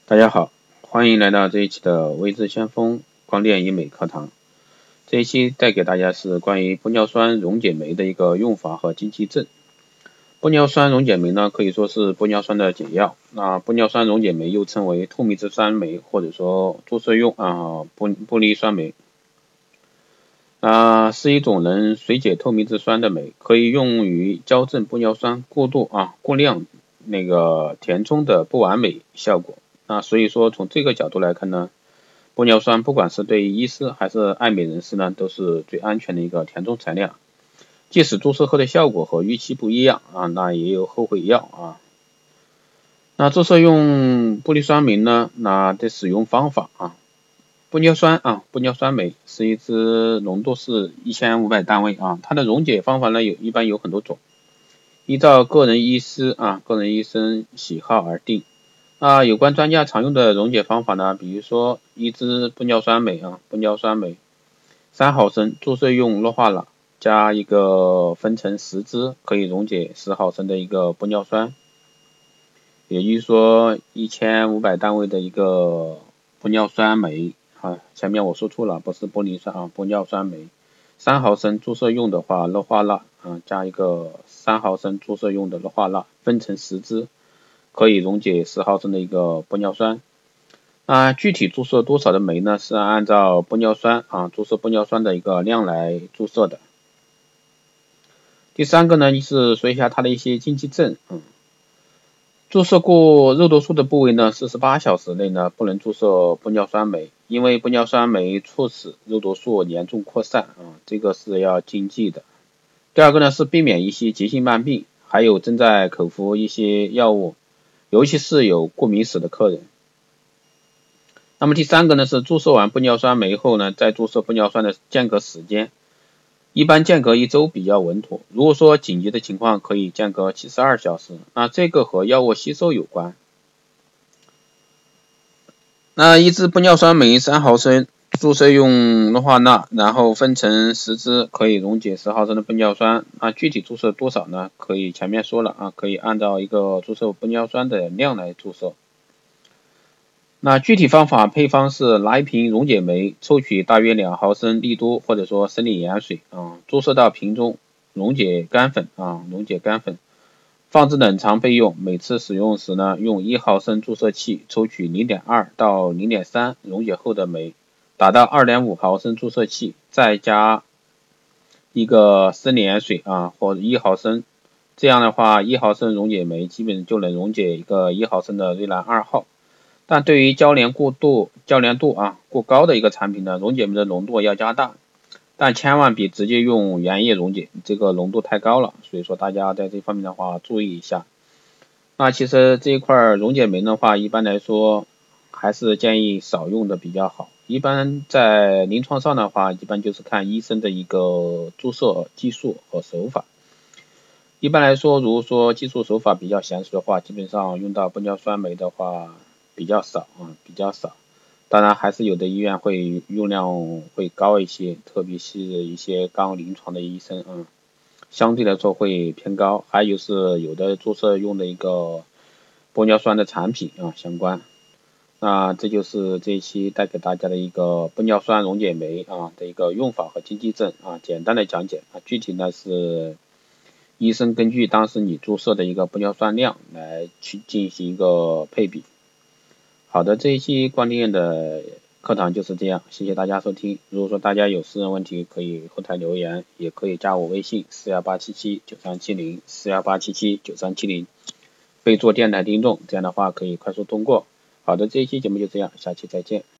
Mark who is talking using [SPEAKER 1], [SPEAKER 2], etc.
[SPEAKER 1] 大家好，欢迎来到这一期的微智先锋光电医美课堂。这一期带给大家是关于玻尿酸溶解酶的一个用法和禁忌症。玻尿酸溶解酶呢，可以说是玻尿酸的解药。那玻尿酸溶解酶又称为透明质酸酶，或者说注射用玻璃酸酶。是一种能水解透明质酸的酶，可以用于矫正玻尿酸过量填充的不完美效果。所以说从这个角度来看呢，玻尿酸不管是对于医师还是爱美人士呢，都是最安全的一个填充材料。即使注射后的效果和预期不一样那也有后悔药那注射用玻璃酸酶呢，的使用方法玻尿酸酶是一支浓度是1500单位它的溶解方法呢一般有很多种，依照个人医生喜好而定。有关专家常用的溶解方法呢，比如说一支玻尿酸酶3毫升注射用氯化钠加一个分成10支，可以溶解10毫升的一个玻尿酸，也就是说1500单位的一个玻尿酸酶前面我说错了，不是玻璃酸玻尿酸酶。3毫升注射用的话，氯化钠加一个3毫升注射用的氯化钠分成10支，可以溶解10毫升的一个玻尿酸。具体注射多少的酶呢？是按照玻尿酸注射玻尿酸的一个量来注射的。第三个呢，是说一下它的一些禁忌症注射过肉毒素的部位呢，48小时内呢不能注射玻尿酸酶，因为玻尿酸酶促使肉毒素严重扩散这个是要禁忌的。第二个呢是避免一些急性慢病，还有正在口服一些药物，尤其是有过敏史的客人。那么第三个呢是注射完玻尿酸酶后呢，再注射玻尿酸的间隔时间，一般间隔1周比较稳妥，如果说紧急的情况可以间隔72小时，这个和药物吸收有关。一支玻尿酸酶3毫升注射用氯化钠，然后分成10支，可以溶解10毫升的玻尿酸具体注射多少呢？可以前面说了可以按照一个注射玻尿酸的量来注射。具体方法配方是拿一瓶溶解酶，抽取大约2毫升利多或者说生理盐水注射到瓶中，溶解干粉放置冷藏备用。每次使用时呢，用1毫升注射器抽取 0.2 到 0.3 溶解后的酶，打到 2.5 毫升注射器，再加一个生理盐水或者1毫升，这样的话1毫升溶解酶基本就能溶解一个1毫升的瑞兰2号。但对于交联度过高的一个产品呢，溶解酶的浓度要加大，但千万别直接用原液溶解，这个浓度太高了，所以说大家在这方面的话注意一下。其实这一块溶解酶的话，一般来说还是建议少用的比较好。一般在临床上的话，一般就是看医生的一个注射技术和手法。一般来说，如果说技术手法比较娴熟的话，基本上用到玻尿酸酶的话比较少。当然还是有的医院会用量会高一些，特别是一些刚临床的医生相对来说会偏高。还有是有的注射用的一个玻尿酸的产品相关。这就是这一期带给大家的一个玻尿酸溶解酶的一个用法和禁忌症简单的讲解具体呢是医生根据当时你注射的一个玻尿酸量来去进行一个配比。好的，这一期光电的课堂就是这样，谢谢大家收听。如果说大家有私人问题，可以后台留言，也可以加我微信418779370 418779370，备注电台听众，这样的话可以快速通过。好的，这一期节目就这样，下期再见。